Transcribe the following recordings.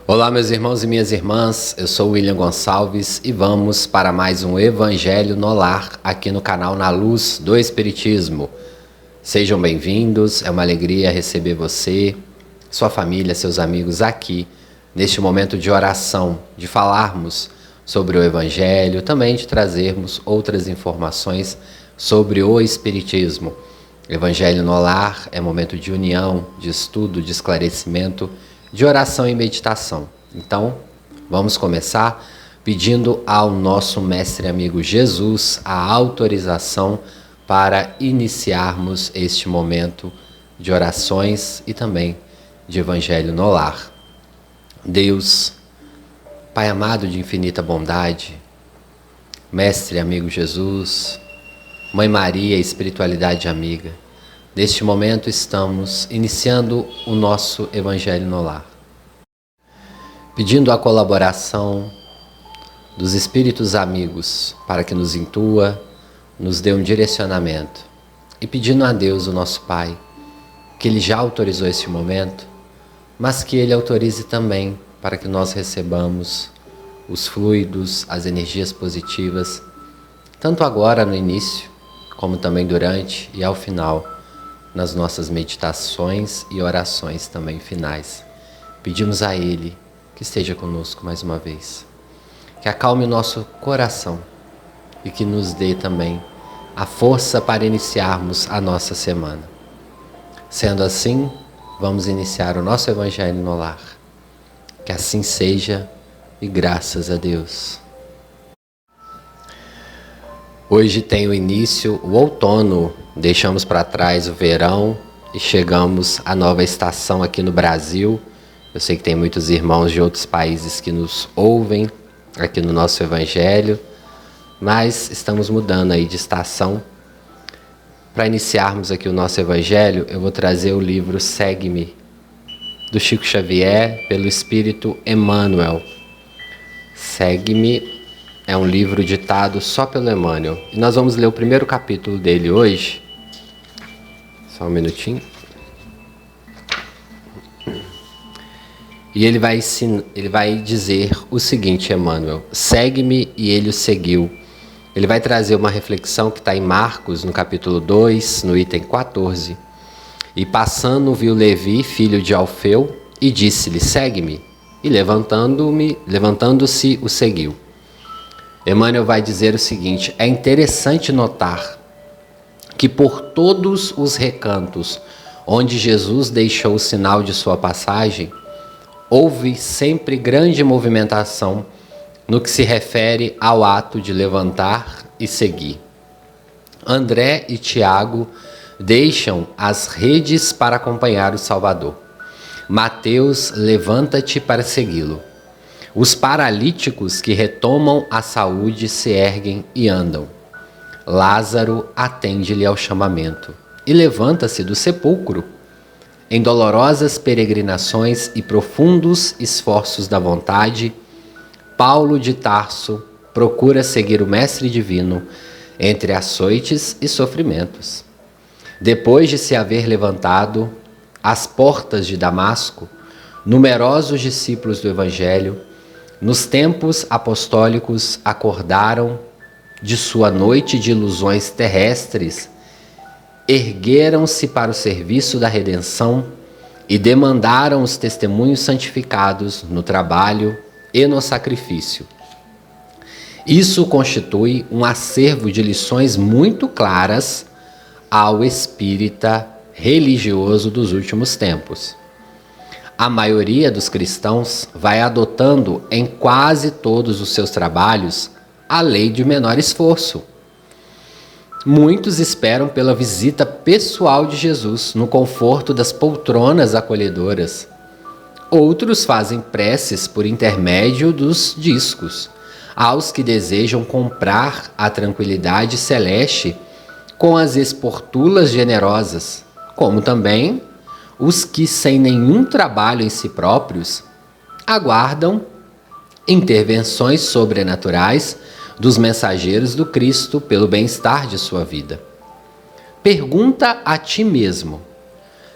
Olá, meus irmãos e minhas irmãs, eu sou William Gonçalves e vamos para mais um Evangelho no Lar aqui no canal Na Luz do Espiritismo. Sejam bem-vindos, é uma alegria receber você, sua família, seus amigos aqui neste momento de oração, de falarmos sobre o Evangelho, também de trazermos outras informações sobre o Espiritismo. Evangelho no Lar é momento de união, de estudo, de esclarecimento, de oração e meditação. Então, vamos começar pedindo ao nosso mestre amigo Jesus a autorização para iniciarmos este momento de orações e também de Evangelho no Lar. Deus, Pai amado de infinita bondade, mestre amigo Jesus, Mãe Maria, espiritualidade amiga, neste momento estamos iniciando o nosso Evangelho no Lar, pedindo a colaboração dos Espíritos amigos para que nos intua, nos dê um direcionamento e pedindo a Deus, o nosso Pai, que Ele já autorizou esse momento, mas que Ele autorize também para que nós recebamos os fluidos, as energias positivas, tanto agora no início, como também durante e ao final, nas nossas meditações e orações também finais. Pedimos a Ele que esteja conosco mais uma vez, que acalme o nosso coração e que nos dê também a força para iniciarmos a nossa semana. Sendo assim, vamos iniciar o nosso Evangelho no Lar. Que assim seja e graças a Deus. Hoje tem o início, o outono, deixamos para trás o verão e chegamos à nova estação aqui no Brasil. Eu sei que tem muitos irmãos de outros países que nos ouvem aqui no nosso Evangelho, mas estamos mudando aí de estação. Para iniciarmos aqui o nosso Evangelho, eu vou trazer o livro Segue-me, do Chico Xavier, pelo Espírito Emmanuel. Segue-me é um livro ditado só pelo Emmanuel. E nós vamos ler o primeiro capítulo dele hoje. Só um minutinho. E ele vai dizer o seguinte, Emmanuel: segue-me, e ele o seguiu. Ele vai trazer uma reflexão que está em Marcos, no capítulo 2, no item 14. E passando, viu Levi, filho de Alfeu, e disse-lhe: segue-me. E levantando-se, o seguiu. Emmanuel vai dizer o seguinte: é interessante notar que por todos os recantos onde Jesus deixou o sinal de sua passagem, houve sempre grande movimentação no que se refere ao ato de levantar e seguir. André e Tiago deixam as redes para acompanhar o Salvador. Mateus levanta-te para segui-lo. Os paralíticos que retomam a saúde se erguem e andam. Lázaro atende-lhe ao chamamento e levanta-se do sepulcro. Em dolorosas peregrinações e profundos esforços da vontade, Paulo de Tarso procura seguir o Mestre Divino entre açoites e sofrimentos. Depois de se haver levantado às portas de Damasco, numerosos discípulos do Evangelho, nos tempos apostólicos, acordaram de sua noite de ilusões terrestres, ergueram-se para o serviço da redenção e demandaram os testemunhos santificados no trabalho e no sacrifício. Isso constitui um acervo de lições muito claras ao espírita religioso dos últimos tempos. A maioria dos cristãos vai adotando em quase todos os seus trabalhos a lei de menor esforço. Muitos esperam pela visita pessoal de Jesus no conforto das poltronas acolhedoras. Outros fazem preces por intermédio dos discos, aos que desejam comprar a tranquilidade celeste com as esportulas generosas, como também os que, sem nenhum trabalho em si próprios, aguardam intervenções sobrenaturais dos mensageiros do Cristo pelo bem-estar de sua vida. Pergunta a ti mesmo: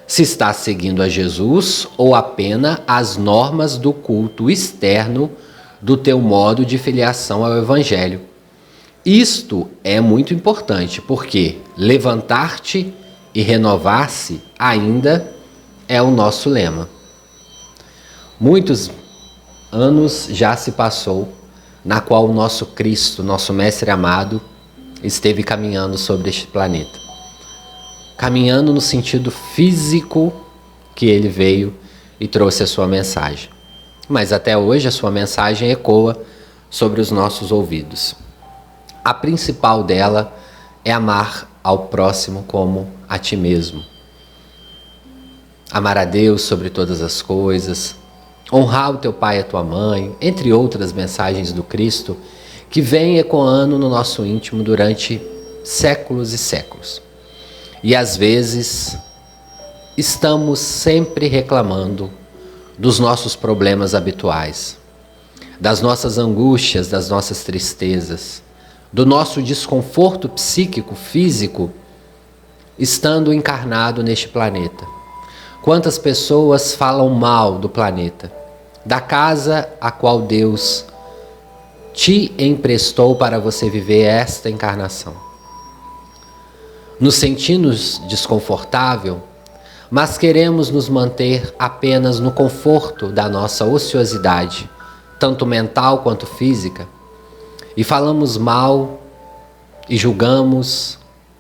se está seguindo a Jesus ou apenas as normas do culto externo do teu modo de filiação ao Evangelho. Isto é muito importante, porque levantar-te e renovar-se ainda é o nosso lema. Muitos anos já se passou, na qual o nosso Cristo, nosso Mestre amado, esteve caminhando sobre este planeta. Caminhando no sentido físico que ele veio e trouxe a sua mensagem. Mas até hoje a sua mensagem ecoa sobre os nossos ouvidos. A principal dela é amar ao próximo como a ti mesmo. Amar a Deus sobre todas as coisas, honrar o teu pai e a tua mãe, entre outras mensagens do Cristo que vêm ecoando no nosso íntimo durante séculos e séculos. E às vezes estamos sempre reclamando dos nossos problemas habituais, das nossas angústias, das nossas tristezas, do nosso desconforto psíquico, físico, estando encarnado neste planeta. Quantas pessoas falam mal do planeta, da casa a qual Deus te emprestou para você viver esta encarnação. Nos sentimos desconfortável, mas queremos nos manter apenas no conforto da nossa ociosidade, tanto mental quanto física, e falamos mal e julgamos.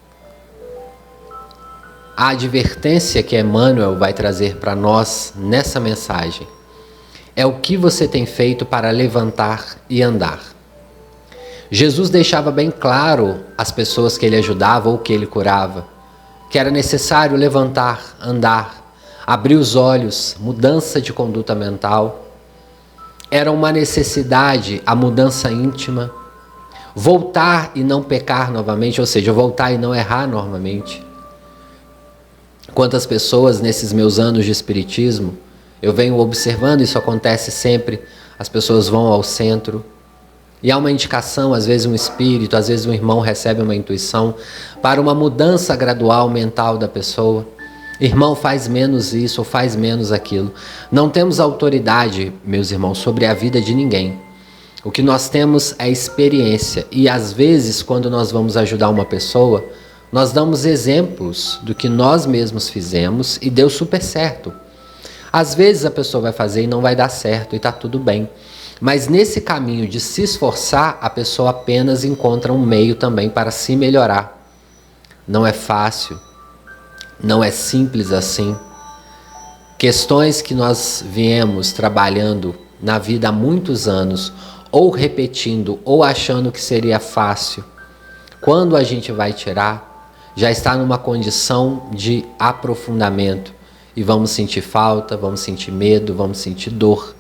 A advertência que Emmanuel vai trazer para nós nessa mensagem é o que você tem feito para levantar e andar. Jesus deixava bem claro às pessoas que ele ajudava ou que ele curava, que era necessário levantar, andar, abrir os olhos, mudança de conduta mental. Era uma necessidade a mudança íntima, voltar e não pecar novamente, ou seja, voltar e não errar novamente. Quantas pessoas nesses meus anos de espiritismo, eu venho observando, isso acontece sempre, as pessoas vão ao centro e há uma indicação, às vezes um espírito, às vezes um irmão recebe uma intuição para uma mudança gradual mental da pessoa. Irmão, faz menos isso ou faz menos aquilo. Não temos autoridade, meus irmãos, sobre a vida de ninguém. O que nós temos é experiência e às vezes quando nós vamos ajudar uma pessoa, nós damos exemplos do que nós mesmos fizemos e deu super certo. Às vezes a pessoa vai fazer e não vai dar certo e está tudo bem. Mas nesse caminho de se esforçar, a pessoa apenas encontra um meio também para se melhorar. Não é fácil, não é simples assim. Questões que nós viemos trabalhando na vida há muitos anos, ou repetindo, ou achando que seria fácil, quando a gente vai tirar, já está numa condição de aprofundamento. E vamos sentir falta, vamos sentir medo, vamos sentir dor.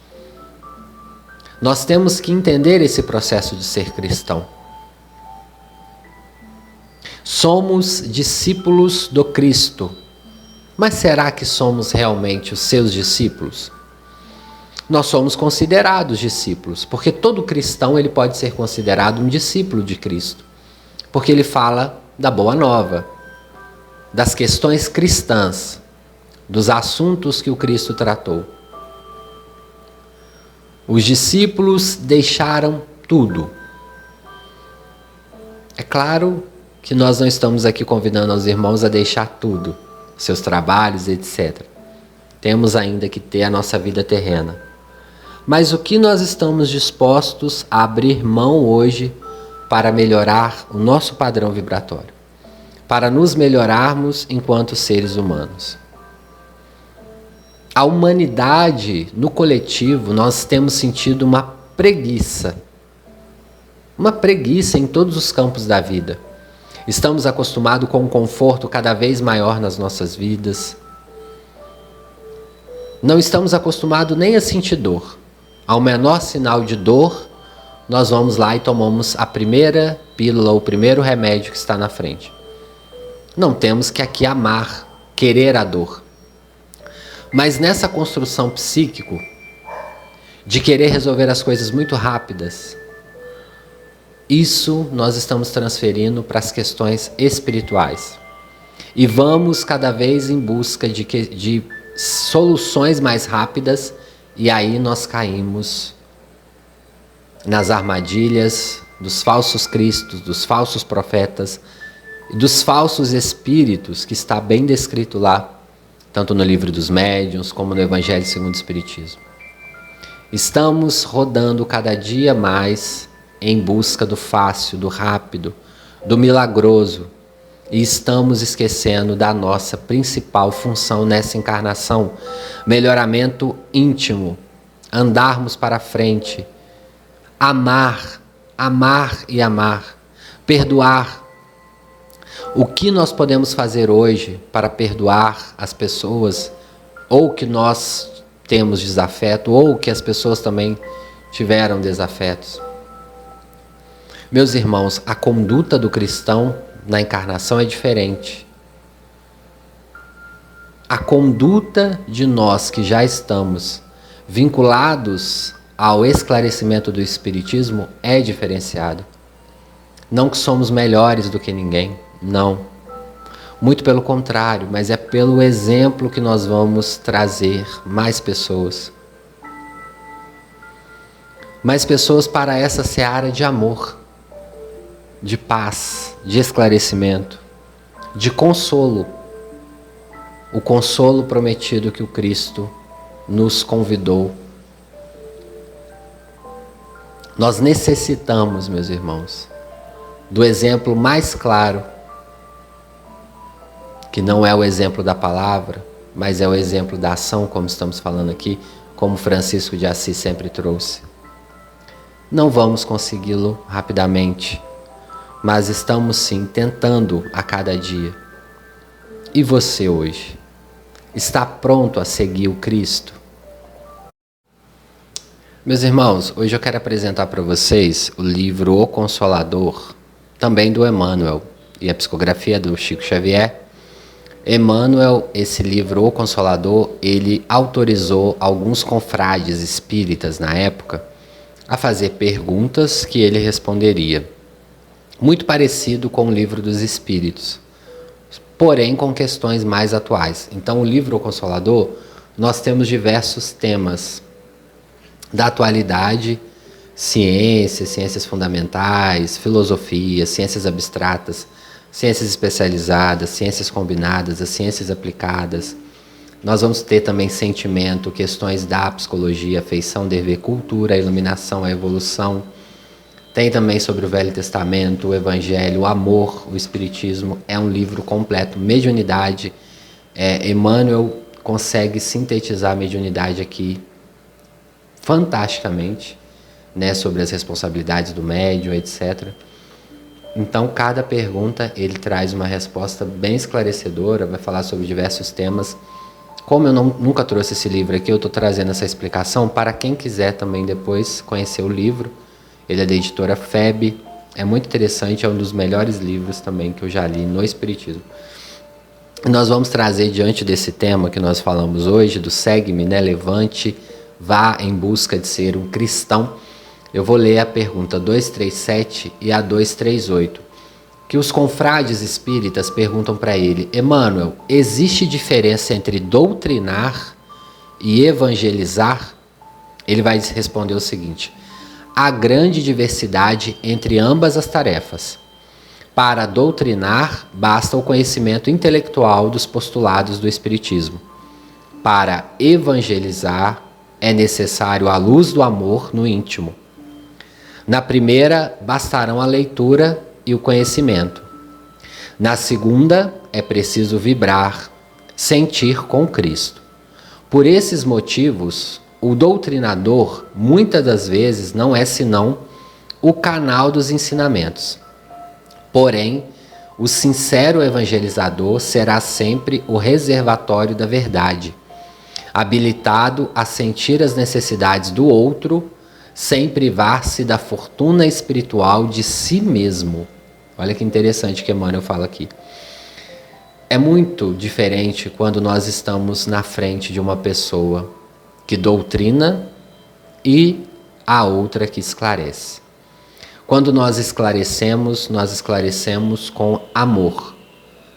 Nós temos que entender esse processo de ser cristão. Somos discípulos do Cristo, mas será que somos realmente os seus discípulos? Nós somos considerados discípulos, porque todo cristão ele pode ser considerado um discípulo de Cristo, porque ele fala da boa nova, das questões cristãs, dos assuntos que o Cristo tratou. Os discípulos deixaram tudo. É claro que nós não estamos aqui convidando os irmãos a deixar tudo, seus trabalhos, etc. Temos ainda que ter a nossa vida terrena. Mas o que nós estamos dispostos a abrir mão hoje para melhorar o nosso padrão vibratório? Para nos melhorarmos enquanto seres humanos. A humanidade, no coletivo, nós temos sentido uma preguiça. Uma preguiça em todos os campos da vida. Estamos acostumados com um conforto cada vez maior nas nossas vidas. Não estamos acostumados nem a sentir dor. Ao menor sinal de dor, nós vamos lá e tomamos a primeira pílula, o primeiro remédio que está na frente. Não temos que aqui amar, querer a dor. Mas nessa construção psíquico, de querer resolver as coisas muito rápidas, isso nós estamos transferindo para as questões espirituais. e vamos cada vez em busca de soluções mais rápidas, e aí nós caímos nas armadilhas dos falsos cristos, dos falsos profetas e dos falsos espíritos, que está bem descrito lá, tanto no livro dos médiuns como no Evangelho segundo o Espiritismo. Estamos rodando cada dia mais em busca do fácil, do rápido, do milagroso, e estamos esquecendo da nossa principal função nessa encarnação: melhoramento íntimo, andarmos para frente, amar, amar e amar, perdoar. O que nós podemos fazer hoje para perdoar as pessoas, ou que nós temos desafeto, ou que as pessoas também tiveram desafetos? Meus irmãos, a conduta do cristão na encarnação é diferente. A conduta de nós que já estamos vinculados ao esclarecimento do Espiritismo é diferenciada. Não que somos melhores do que ninguém, não. Muito pelo contrário, mas é pelo exemplo que nós vamos trazer mais pessoas. Mais pessoas para essa seara de amor, de paz, de esclarecimento, de consolo. O consolo prometido que o Cristo nos convidou. Nós necessitamos, meus irmãos, do exemplo mais claro, que não é o exemplo da palavra, mas é o exemplo da ação, como estamos falando aqui, como Francisco de Assis sempre trouxe. Não vamos consegui-lo rapidamente, mas estamos sim tentando a cada dia. E você hoje? Está pronto a seguir o Cristo? Meus irmãos, hoje eu quero apresentar para vocês o livro O Consolador, também do Emmanuel, e a psicografia do Chico Xavier. Emmanuel, esse livro O Consolador, ele autorizou alguns confrades espíritas na época a fazer perguntas que ele responderia. Muito parecido com o Livro dos Espíritos, porém com questões mais atuais. Então, o livro O Consolador, nós temos diversos temas da atualidade: ciência, ciências fundamentais, filosofia, ciências abstratas, ciências especializadas, ciências combinadas, as ciências aplicadas. Nós vamos ter também sentimento, questões da psicologia, afeição, dever, cultura, a iluminação, a evolução. Tem também sobre o Velho Testamento, o Evangelho, o amor, o Espiritismo. É um livro completo. Mediunidade. Emmanuel consegue sintetizar a mediunidade aqui fantasticamente, né, sobre as responsabilidades do médium, etc. Então, cada pergunta ele traz uma resposta bem esclarecedora, vai falar sobre diversos temas. Como eu nunca trouxe esse livro aqui, eu estou trazendo essa explicação para quem quiser também depois conhecer o livro. Ele é da editora FEB, é muito interessante, é um dos melhores livros também que eu já li no Espiritismo. Nós vamos trazer, diante desse tema que nós falamos hoje, do segue-me, né, levante, vá em busca de ser um cristão. Eu vou ler a pergunta 237 e a 238, que os confrades espíritas perguntam para ele: Emmanuel, existe diferença entre doutrinar e evangelizar? Ele vai responder o seguinte: há grande diversidade entre ambas as tarefas. Para doutrinar, basta o conhecimento intelectual dos postulados do Espiritismo. Para evangelizar, é necessário a luz do amor no íntimo. Na primeira, bastarão a leitura e o conhecimento. Na segunda, é preciso vibrar, sentir com Cristo. Por esses motivos, o doutrinador, muitas das vezes, não é senão o canal dos ensinamentos. Porém, o sincero evangelizador será sempre o reservatório da verdade, habilitado a sentir as necessidades do outro, sem privar-se da fortuna espiritual de si mesmo. Olha que interessante que Emmanuel fala aqui. É muito diferente quando nós estamos na frente de uma pessoa que doutrina e a outra que esclarece. Quando nós esclarecemos com amor.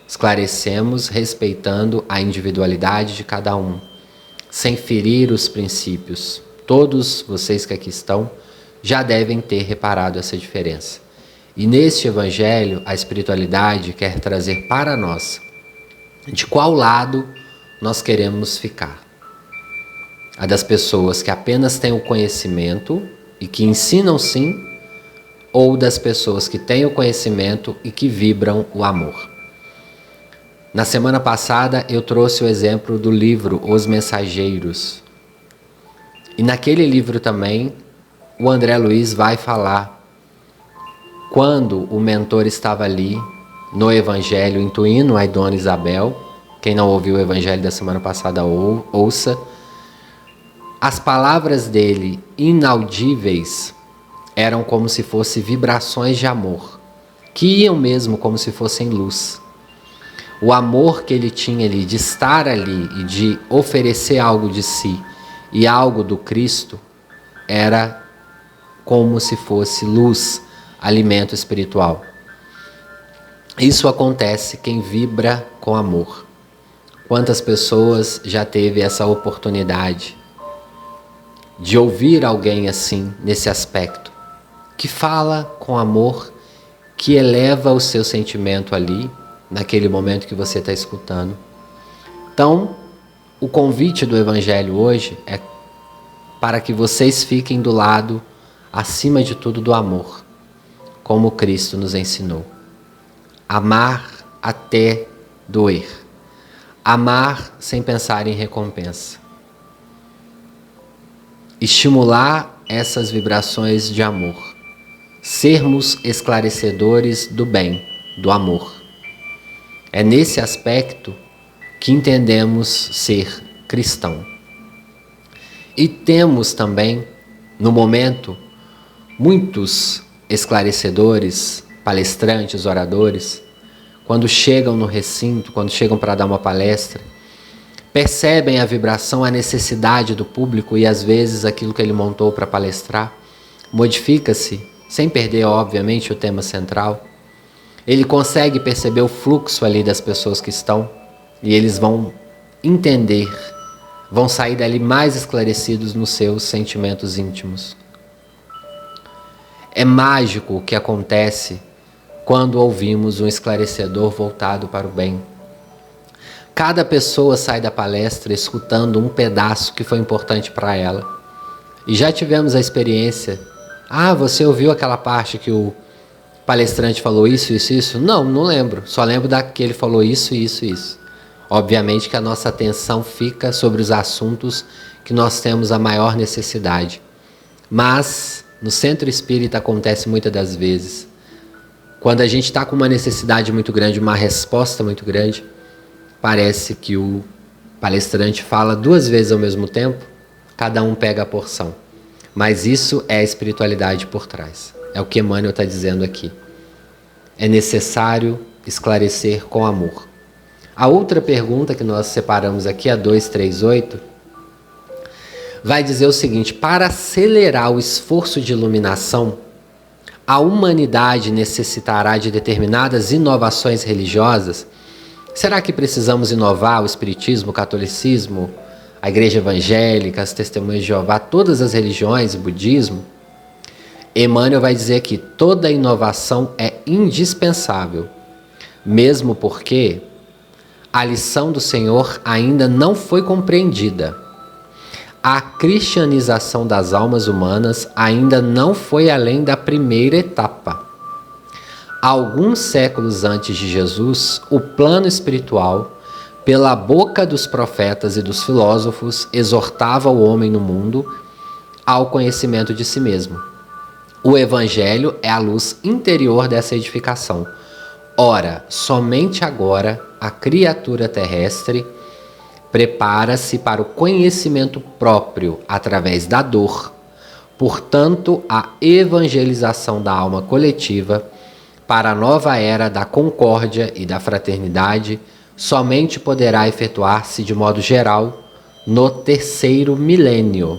Esclarecemos respeitando a individualidade de cada um, sem ferir os princípios. Todos vocês que aqui estão já devem ter reparado essa diferença. E neste Evangelho, a espiritualidade quer trazer para nós de qual lado nós queremos ficar. A das pessoas que apenas têm o conhecimento e que ensinam sim, ou das pessoas que têm o conhecimento e que vibram o amor. Na semana passada eu trouxe o exemplo do livro Os Mensageiros. E naquele livro também o André Luiz vai falar quando o mentor estava ali no Evangelho intuindo a Dona Isabel. Quem não ouviu o Evangelho da semana passada, ouça. As palavras dele, inaudíveis, eram como se fossem vibrações de amor, que iam mesmo como se fossem luz. O amor que ele tinha ali de estar ali e de oferecer algo de si e algo do Cristo era como se fosse luz, alimento espiritual. Isso acontece quem vibra com amor. Quantas pessoas já teve essa oportunidade de ouvir alguém assim, nesse aspecto, que fala com amor, que eleva o seu sentimento ali, naquele momento que você está escutando. Então, o convite do Evangelho hoje é para que vocês fiquem do lado, acima de tudo, do amor, como Cristo nos ensinou. Amar até doer. Amar sem pensar em recompensa. Estimular essas vibrações de amor. Sermos esclarecedores do bem, do amor. É nesse aspecto que entendemos ser cristão. E temos também, no momento, muitos esclarecedores, palestrantes, oradores, quando chegam no recinto, quando chegam para dar uma palestra, percebem a vibração, a necessidade do público e às vezes aquilo que ele montou para palestrar modifica-se, sem perder, obviamente, o tema central. Ele consegue perceber o fluxo ali das pessoas que estão e eles vão entender, vão sair dali mais esclarecidos nos seus sentimentos íntimos. É mágico o que acontece quando ouvimos um esclarecedor voltado para o bem. Cada pessoa sai da palestra escutando um pedaço que foi importante para ela. E já tivemos a experiência. Você ouviu aquela parte que o palestrante falou isso, isso, isso? Não lembro. Só lembro que ele falou isso, isso, isso. Obviamente que a nossa atenção fica sobre os assuntos que nós temos a maior necessidade. Mas no centro espírita acontece muitas das vezes. Quando a gente está com uma necessidade muito grande, uma resposta muito grande, parece que o palestrante fala 2 vezes ao mesmo tempo, cada um pega a porção. Mas isso é a espiritualidade por trás. É o que Emmanuel está dizendo aqui. É necessário esclarecer com amor. A outra pergunta que nós separamos aqui, a 238, vai dizer o seguinte: para acelerar o esforço de iluminação, a humanidade necessitará de determinadas inovações religiosas? Será que precisamos inovar o Espiritismo, o Catolicismo, a Igreja Evangélica, as Testemunhas de Jeová, todas as religiões, o Budismo? Emmanuel vai dizer que toda inovação é indispensável, mesmo porque a lição do Senhor ainda não foi compreendida. A cristianização das almas humanas ainda não foi além da primeira etapa. Alguns séculos antes de Jesus, o plano espiritual, pela boca dos profetas e dos filósofos, exortava o homem no mundo ao conhecimento de si mesmo. O Evangelho é a luz interior dessa edificação. Ora, somente agora a criatura terrestre prepara-se para o conhecimento próprio através da dor. Portanto, a evangelização da alma coletiva para a nova era da concórdia e da fraternidade somente poderá efetuar-se de modo geral no 3º milênio.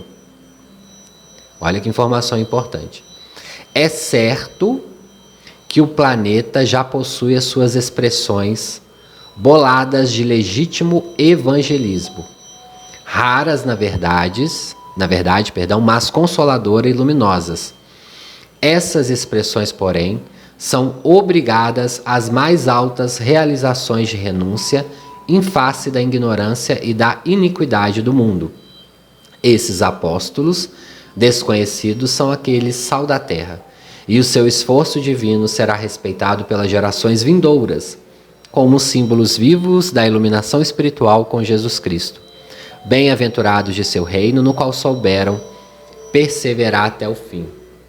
Olha que informação importante. É certo que o planeta já possui as suas expressões boladas de legítimo evangelismo, raras na verdade, mas consoladoras e luminosas. Essas expressões, porém, são obrigadas às mais altas realizações de renúncia em face da ignorância e da iniquidade do mundo. Esses apóstolos desconhecidos são aqueles sal da terra, e o seu esforço divino será respeitado pelas gerações vindouras, como símbolos vivos da iluminação espiritual com Jesus Cristo. Bem-aventurados de seu reino, no qual souberam perseverar até o fim.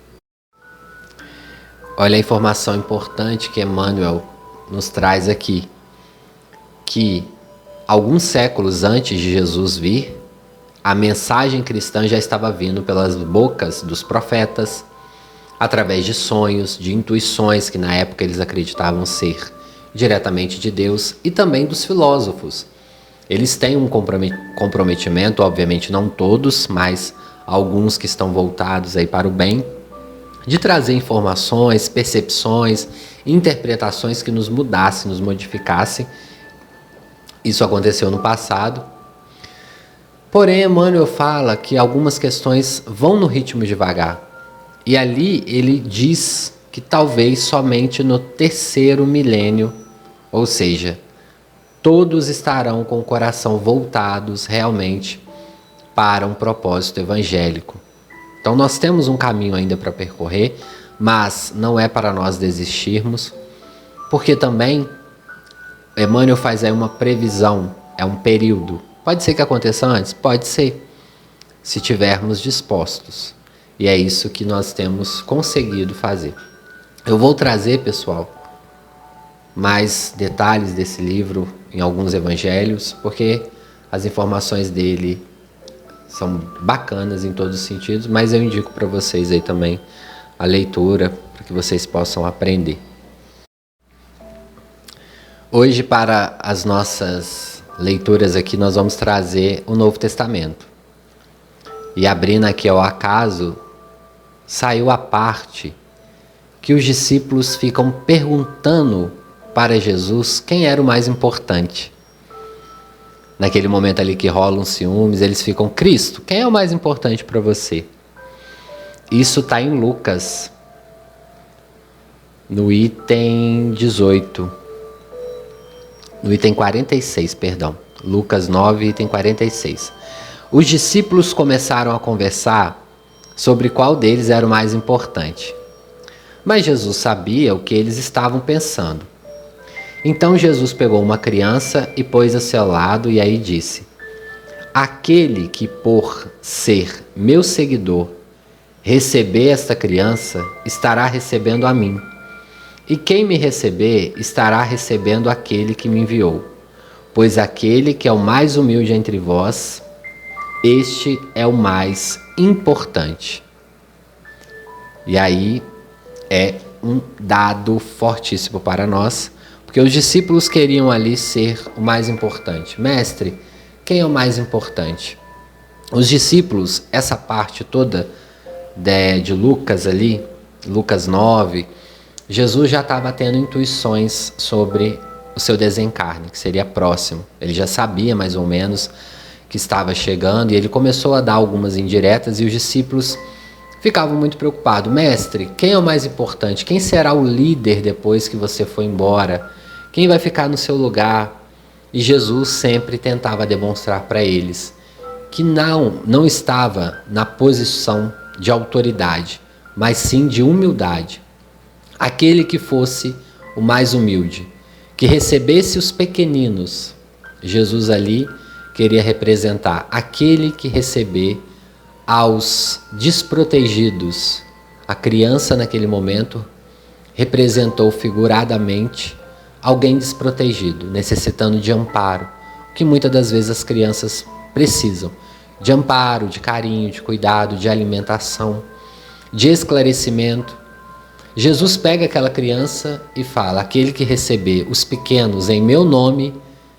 Olha a informação importante que Emmanuel nos traz aqui, que alguns séculos antes de Jesus vir, a mensagem cristã já estava vindo pelas bocas dos profetas, através de sonhos, de intuições que na época eles acreditavam ser diretamente de Deus, e também dos filósofos. Eles têm um comprometimento, obviamente não todos, mas alguns que estão voltados aí para o bem, de trazer informações, percepções, interpretações que nos mudassem, nos modificassem. Isso aconteceu no passado. Porém, Emmanuel fala que algumas questões vão no ritmo devagar. E ali ele diz que talvez somente no 3º milênio, ou seja, todos estarão com o coração voltados realmente para um propósito evangélico. Então nós temos um caminho ainda para percorrer, mas não é para nós desistirmos, porque também Emmanuel faz aí uma previsão, é um período. Pode ser que aconteça antes? Pode ser, se tivermos dispostos. E é isso que nós temos conseguido fazer. Eu vou trazer, pessoal, mais detalhes desse livro em alguns evangelhos, porque as informações dele são bacanas em todos os sentidos, mas eu indico para vocês aí também a leitura, para que vocês possam aprender. Hoje, para as nossas leituras aqui, nós vamos trazer o Novo Testamento. E abrindo aqui ao acaso, saiu a parte que os discípulos ficam perguntando para Jesus quem era o mais importante. Naquele momento ali que rolam ciúmes, eles ficam: Cristo, quem é o mais importante para você? Isso está em Lucas, no item 18. No item 46, perdão. Lucas 9, item 46. Os discípulos começaram a conversar sobre qual deles era o mais importante. Mas Jesus sabia o que eles estavam pensando. Então Jesus pegou uma criança e pôs a seu lado e aí disse: aquele que por ser meu seguidor receber esta criança, estará recebendo a mim. E quem me receber, estará recebendo aquele que me enviou. Pois aquele que é o mais humilde entre vós, este é o mais importante. E aí é um dado fortíssimo para nós, porque os discípulos queriam ali ser o mais importante. Mestre, quem é o mais importante? Os discípulos, essa parte toda de Lucas ali, Lucas 9, Jesus já estava tendo intuições sobre o seu desencarne, que seria próximo. Ele já sabia mais ou menos que estava chegando e ele começou a dar algumas indiretas e os discípulos ficavam muito preocupados. Mestre, quem é o mais importante? Quem será o líder depois que você for embora? Quem vai ficar no seu lugar? E Jesus sempre tentava demonstrar para eles que não estava na posição de autoridade, mas sim de humildade. Aquele que fosse o mais humilde, que recebesse os pequeninos. Jesus ali queria representar aquele que receber aos desprotegidos. A criança naquele momento representou figuradamente alguém desprotegido, necessitando de amparo, que muitas das vezes as crianças precisam, de amparo, de carinho, de cuidado, de alimentação, de esclarecimento. Jesus pega aquela criança e fala: aquele que receber os pequenos em meu nome,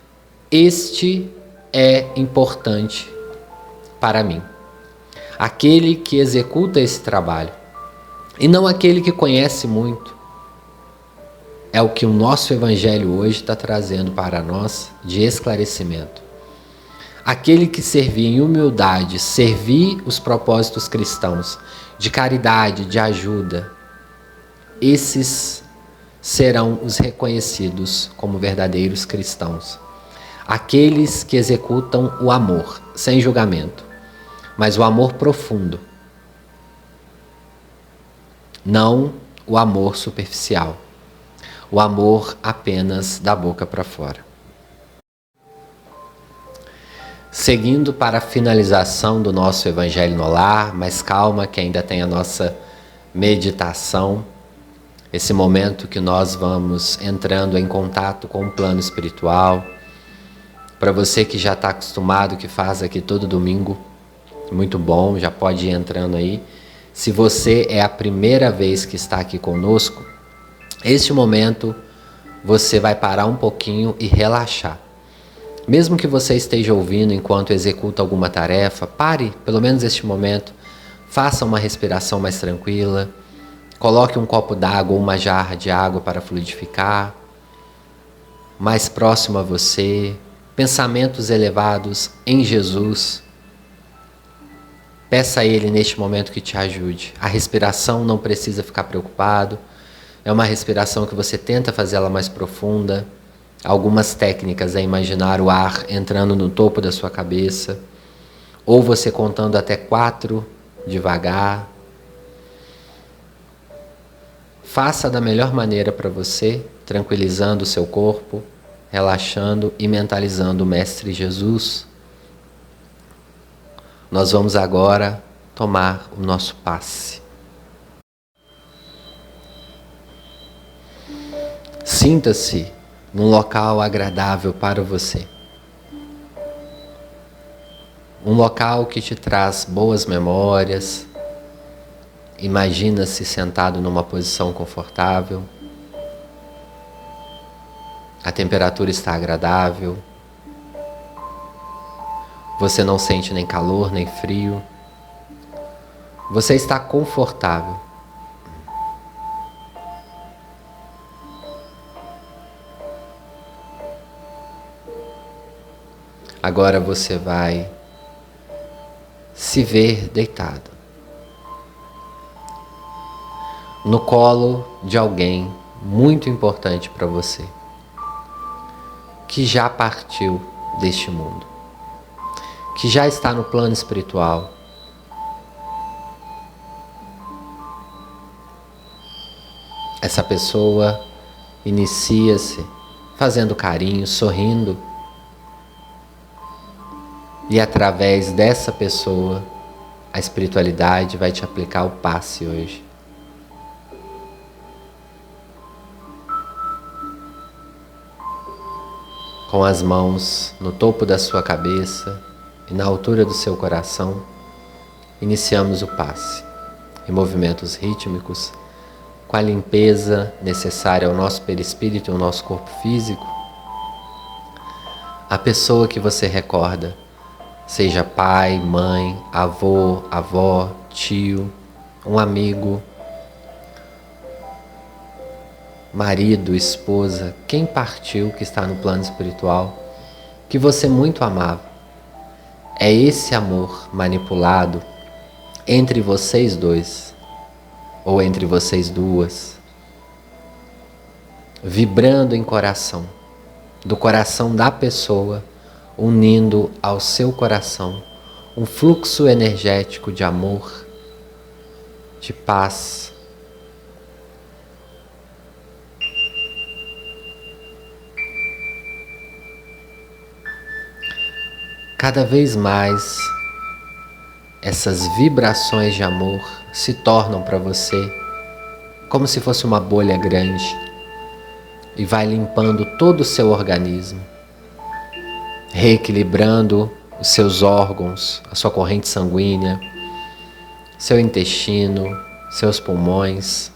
este é importante para mim. Aquele que executa esse trabalho, e não aquele que conhece muito, é o que o nosso Evangelho hoje está trazendo para nós de esclarecimento. Aquele que servir em humildade, servir os propósitos cristãos, de caridade, de ajuda, esses serão os reconhecidos como verdadeiros cristãos. Aqueles que executam o amor, sem julgamento, mas o amor profundo, não o amor superficial, o amor apenas da boca para fora. Seguindo para a finalização do nosso Evangelho no Lar, mas calma que ainda tem a nossa meditação, esse momento que nós vamos entrando em contato com o plano espiritual. Para você que já está acostumado, que faz aqui todo domingo, muito bom, já pode ir entrando aí. Se você é a primeira vez que está aqui conosco, este momento você vai parar um pouquinho e relaxar. Mesmo que você esteja ouvindo enquanto executa alguma tarefa, pare pelo menos este momento, faça uma respiração mais tranquila, coloque um copo d'água ou uma jarra de água para fluidificar, mais próximo a você, pensamentos elevados em Jesus. Peça a Ele neste momento que te ajude. A respiração não precisa ficar preocupado. É uma respiração que você tenta fazer ela mais profunda. Algumas técnicas é imaginar o ar entrando no topo da sua cabeça. Ou você contando até 4 devagar. Faça da melhor maneira para você, tranquilizando o seu corpo, relaxando e mentalizando o Mestre Jesus. Nós vamos agora tomar o nosso passe. Sinta-se num local agradável para você. Um local que te traz boas memórias. Imagina-se sentado numa posição confortável. A temperatura está agradável. Você não sente nem calor, nem frio. Você está confortável. Agora você vai se ver deitado no colo de alguém muito importante para você, que já partiu deste mundo, que já está no plano espiritual. Essa pessoa inicia-se fazendo carinho, sorrindo, e através dessa pessoa a espiritualidade vai te aplicar o passe hoje. Com as mãos no topo da sua cabeça e na altura do seu coração, iniciamos o passe, em movimentos rítmicos, com a limpeza necessária ao nosso perispírito e ao nosso corpo físico. A pessoa que você recorda, seja pai, mãe, avô, avó, tio, um amigo, marido, esposa, quem partiu que está no plano espiritual, que você muito amava. É esse amor manipulado entre vocês dois, ou entre vocês duas, vibrando em coração, do coração da pessoa, unindo ao seu coração um fluxo energético de amor, de paz. Cada vez mais essas vibrações de amor se tornam para você como se fosse uma bolha grande e vai limpando todo o seu organismo, reequilibrando os seus órgãos, a sua corrente sanguínea, seu intestino, seus pulmões,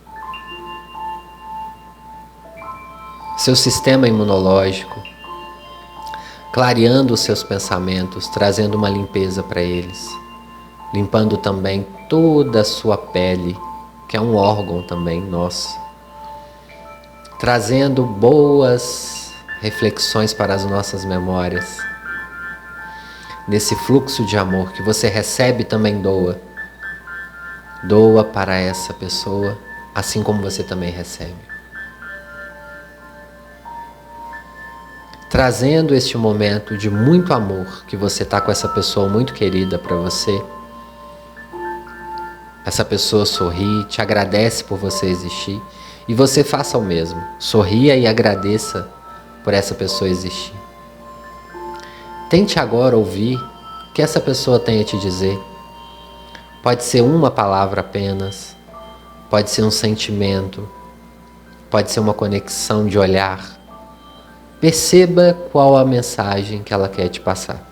seu sistema imunológico, clareando os seus pensamentos, trazendo uma limpeza para eles, limpando também toda a sua pele, que é um órgão também nosso, trazendo boas reflexões para as nossas memórias. Nesse fluxo de amor que você recebe, também doa. Doa para essa pessoa, assim como você também recebe. Trazendo este momento de muito amor, que você está com essa pessoa muito querida para você. Essa pessoa sorri, te agradece por você existir. E você faça o mesmo. Sorria e agradeça por essa pessoa existir. Tente agora ouvir o que essa pessoa tem a te dizer. Pode ser uma palavra apenas. Pode ser um sentimento. Pode ser uma conexão de olhar. Perceba qual a mensagem que ela quer te passar.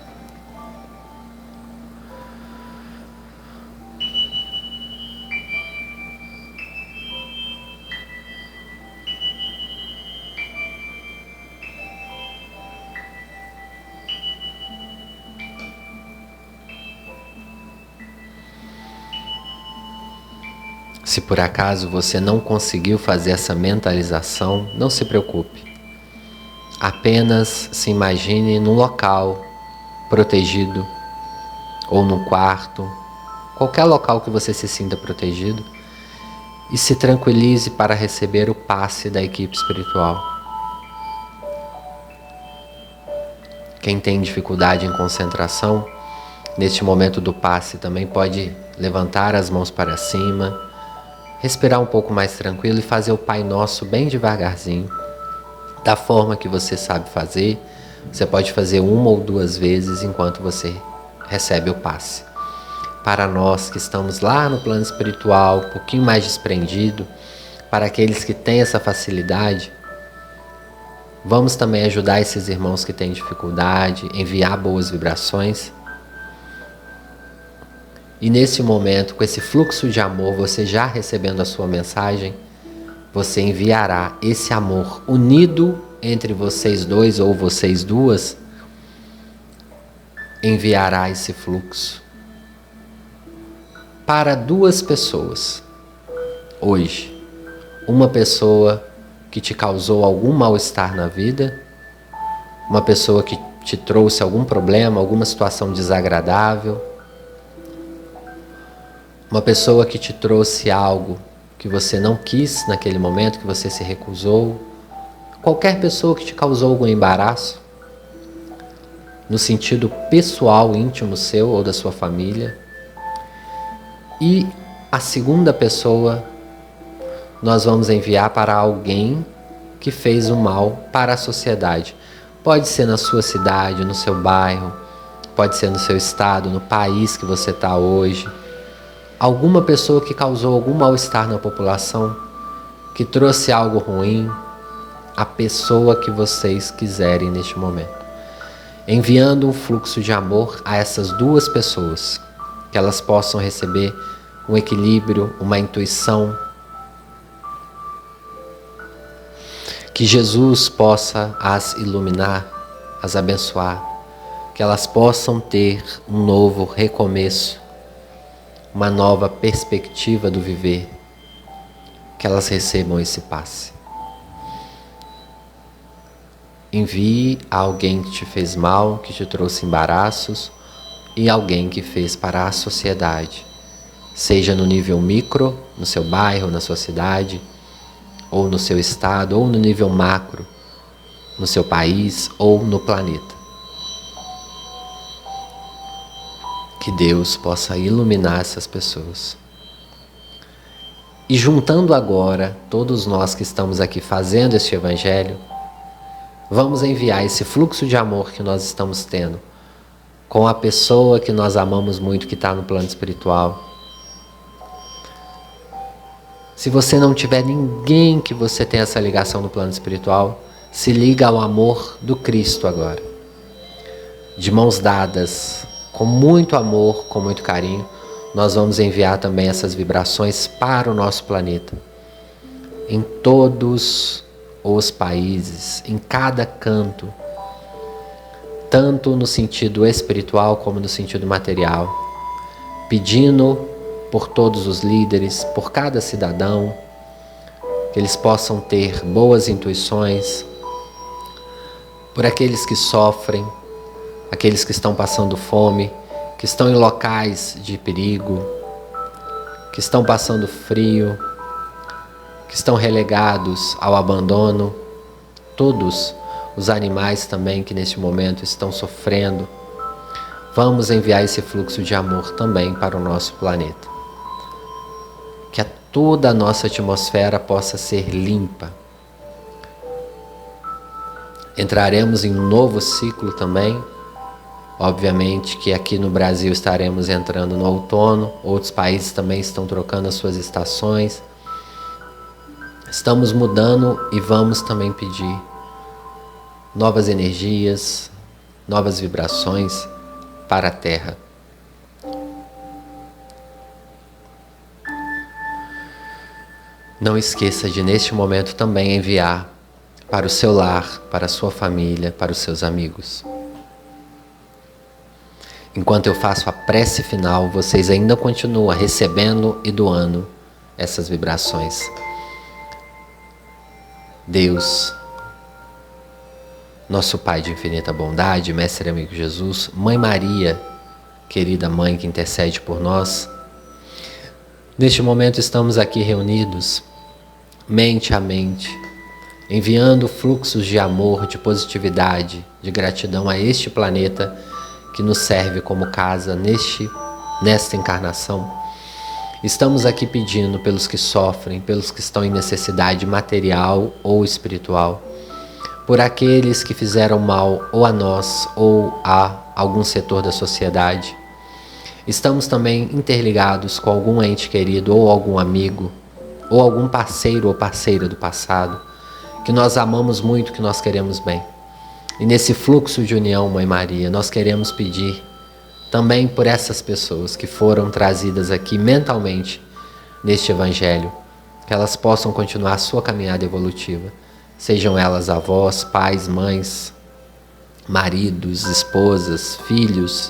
Se por acaso você não conseguiu fazer essa mentalização, não se preocupe. Apenas se imagine num local protegido, ou no quarto, qualquer local que você se sinta protegido, e se tranquilize para receber o passe da equipe espiritual. Quem tem dificuldade em concentração, neste momento do passe também pode levantar as mãos para cima, respirar um pouco mais tranquilo e fazer o Pai Nosso bem devagarzinho, da forma que você sabe fazer. Você pode fazer 1 ou 2 vezes enquanto você recebe o passe. Para nós que estamos lá no plano espiritual, um pouquinho mais desprendido, para aqueles que têm essa facilidade, vamos também ajudar esses irmãos que têm dificuldade, enviar boas vibrações. E nesse momento, com esse fluxo de amor, você já recebendo a sua mensagem, você enviará esse amor unido entre vocês dois ou vocês duas, enviará esse fluxo para 2 pessoas. Hoje, uma pessoa que te causou algum mal-estar na vida, uma pessoa que te trouxe algum problema, alguma situação desagradável, uma pessoa que te trouxe algo que você não quis naquele momento, que você se recusou. Qualquer pessoa que te causou algum embaraço, no sentido pessoal, íntimo seu ou da sua família. E a segunda pessoa, nós vamos enviar para alguém que fez o mal para a sociedade. Pode ser na sua cidade, no seu bairro, pode ser no seu estado, no país que você está hoje. Alguma pessoa que causou algum mal-estar na população, que trouxe algo ruim, a pessoa que vocês quiserem neste momento. Enviando um fluxo de amor a essas 2 pessoas, que elas possam receber um equilíbrio, uma intuição, que Jesus possa as iluminar, as abençoar, que elas possam ter um novo recomeço, uma nova perspectiva do viver, que elas recebam esse passe. Envie a alguém que te fez mal, que te trouxe embaraços, e alguém que fez para a sociedade, seja no nível micro, no seu bairro, na sua cidade, ou no seu estado, ou no nível macro, no seu país ou no planeta. Que Deus possa iluminar essas pessoas. E juntando agora todos nós que estamos aqui fazendo este evangelho, vamos enviar esse fluxo de amor que nós estamos tendo com a pessoa que nós amamos muito, que está no plano espiritual. Se você não tiver ninguém que você tenha essa ligação no plano espiritual, se liga ao amor do Cristo agora. De mãos dadas, com muito amor, com muito carinho, nós vamos enviar também essas vibrações para o nosso planeta. Em todos os países, em cada canto, tanto no sentido espiritual como no sentido material, pedindo por todos os líderes, por cada cidadão, que eles possam ter boas intuições, por aqueles que sofrem, aqueles que estão passando fome, que estão em locais de perigo, que estão passando frio, que estão relegados ao abandono, todos os animais também que neste momento estão sofrendo. Vamos enviar esse fluxo de amor também para o nosso planeta. Que toda a nossa atmosfera possa ser limpa. Entraremos em um novo ciclo também. Obviamente que aqui no Brasil estaremos entrando no outono, outros países também estão trocando as suas estações. Estamos mudando e vamos também pedir novas energias, novas vibrações para a Terra. Não esqueça de, neste momento, também enviar para o seu lar, para a sua família, para os seus amigos. Enquanto eu faço a prece final, vocês ainda continuam recebendo e doando essas vibrações. Deus, nosso Pai de infinita bondade, Mestre amigo Jesus, Mãe Maria, querida Mãe que intercede por nós, neste momento estamos aqui reunidos, mente a mente, enviando fluxos de amor, de positividade, de gratidão a este planeta que nos serve como casa nesta encarnação. Estamos aqui pedindo pelos que sofrem, pelos que estão em necessidade material ou espiritual, por aqueles que fizeram mal ou a nós ou a algum setor da sociedade. Estamos também interligados com algum ente querido ou algum amigo, ou algum parceiro ou parceira do passado, que nós amamos muito, que nós queremos bem. E nesse fluxo de união, Mãe Maria, nós queremos pedir também por essas pessoas que foram trazidas aqui mentalmente neste Evangelho, que elas possam continuar a sua caminhada evolutiva, sejam elas avós, pais, mães, maridos, esposas, filhos,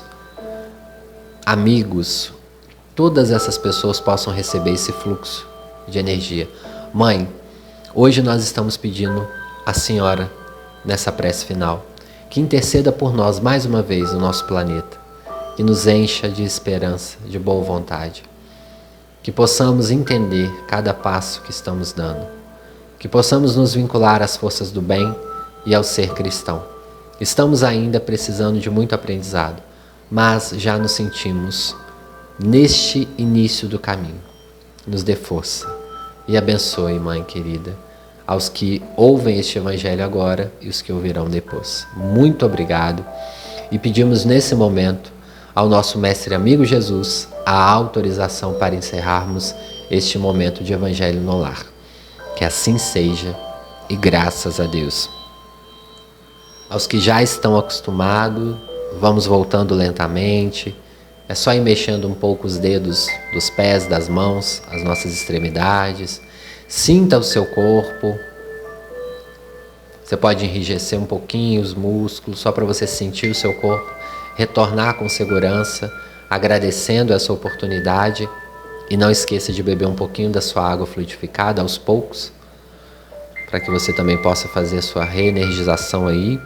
amigos, todas essas pessoas possam receber esse fluxo de energia. Mãe, hoje nós estamos pedindo à Senhora, nessa prece final, que interceda por nós mais uma vez no nosso planeta, que nos encha de esperança, de boa vontade, que possamos entender cada passo que estamos dando, que possamos nos vincular às forças do bem e ao ser cristão. Estamos ainda precisando de muito aprendizado, mas já nos sentimos neste início do caminho. Nos dê força e abençoe, Mãe querida, aos que ouvem este Evangelho agora e os que ouvirão depois. Muito obrigado e pedimos nesse momento ao nosso Mestre amigo Jesus a autorização para encerrarmos este momento de Evangelho no Lar. Que assim seja e graças a Deus. Aos que já estão acostumados, vamos voltando lentamente. É só ir mexendo um pouco os dedos dos pés, das mãos, as nossas extremidades. Sinta o seu corpo. Você pode enrijecer um pouquinho os músculos, só para você sentir o seu corpo, retornar com segurança, agradecendo essa oportunidade. E não esqueça de beber um pouquinho da sua água fluidificada aos poucos, para que você também possa fazer a sua reenergização aí.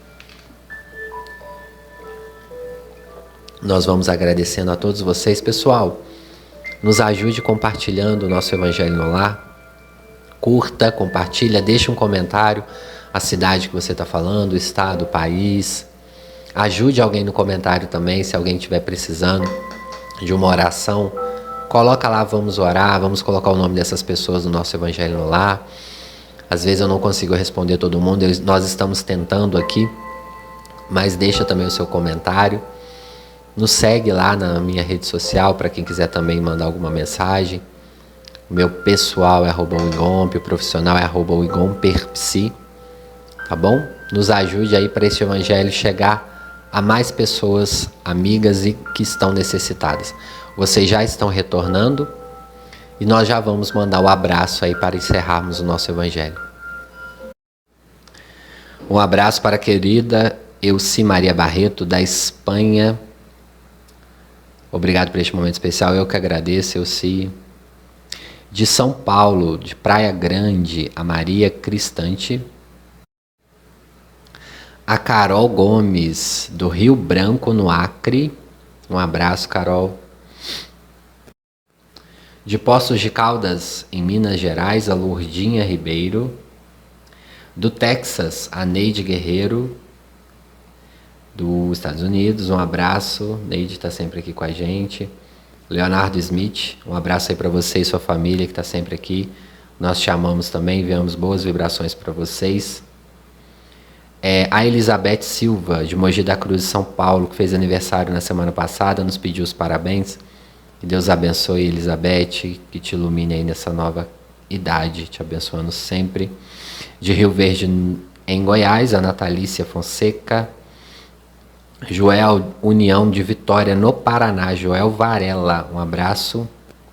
Nós vamos agradecendo a todos vocês. Pessoal, nos ajude compartilhando o nosso Evangelho no Lar. Curta, compartilha, deixa um comentário, a cidade que você está falando, o estado, o país. Ajude alguém no comentário também, se alguém estiver precisando de uma oração. Coloca lá, vamos orar, vamos colocar o nome dessas pessoas no nosso Evangelho no Lar. Às vezes eu não consigo responder todo mundo, nós estamos tentando aqui, mas deixa também o seu comentário. Nos segue lá na minha rede social, para quem quiser também mandar alguma mensagem. O meu pessoal é @wigomp, o profissional é @wigomperpsi, tá bom? Nos ajude aí para esse Evangelho chegar a mais pessoas amigas e que estão necessitadas. Vocês já estão retornando e nós já vamos mandar o abraço aí para encerrarmos o nosso Evangelho. Um abraço para a querida Elci Maria Barreto, da Espanha. Obrigado por este momento especial, eu que agradeço, Elci. De São Paulo, de Praia Grande, a Maria Cristante. A Carol Gomes, do Rio Branco, no Acre. Um abraço, Carol. De Poços de Caldas, em Minas Gerais, a Lourdinha Ribeiro. Do Texas, a Neide Guerreiro. Dos Estados Unidos, um abraço. Neide está sempre aqui com a gente. Leonardo Smith, um abraço aí para você e sua família que está sempre aqui. Nós te amamos também, enviamos boas vibrações para vocês. A Elizabeth Silva, de Mogi da Cruz, São Paulo, que fez aniversário na semana passada, nos pediu os parabéns. Que Deus abençoe, Elizabeth, que te ilumine aí nessa nova idade, te abençoando sempre. De Rio Verde, em Goiás, a Natalícia Fonseca. Joel União de Vitória, no Paraná, Joel Varela, um abraço.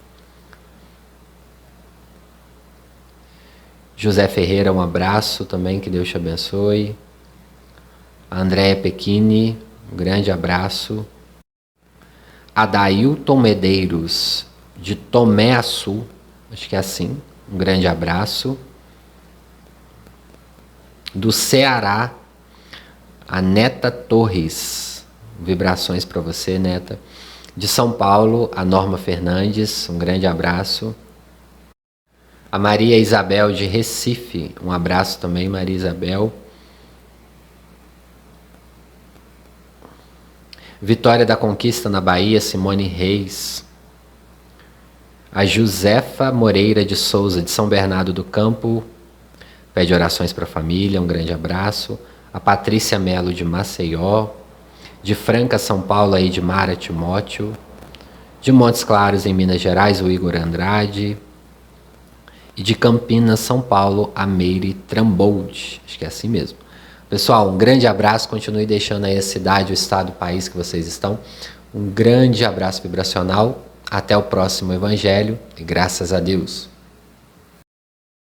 José Ferreira, um abraço também, que Deus te abençoe. Andréia Pequini, um grande abraço. Adailton Medeiros, de Tomé Açu, acho que é assim, um grande abraço. Do Ceará, a Neta Torres, vibrações para você, Neta. De São Paulo, a Norma Fernandes, um grande abraço. A Maria Isabel, de Recife, um abraço também, Maria Isabel. Vitória da Conquista, na Bahia, Simone Reis. A Josefa Moreira de Souza, de São Bernardo do Campo, pede orações para a família, um grande abraço. A Patrícia Melo, de Maceió. De Franca, São Paulo, a Edmara Timóteo. De Montes Claros, em Minas Gerais, o Igor Andrade. E de Campinas, São Paulo, a Meire Trambold. Acho que é assim mesmo. Pessoal, um grande abraço. Continue deixando aí a cidade, o estado, o país que vocês estão. Um grande abraço vibracional. Até o próximo Evangelho. E graças a Deus.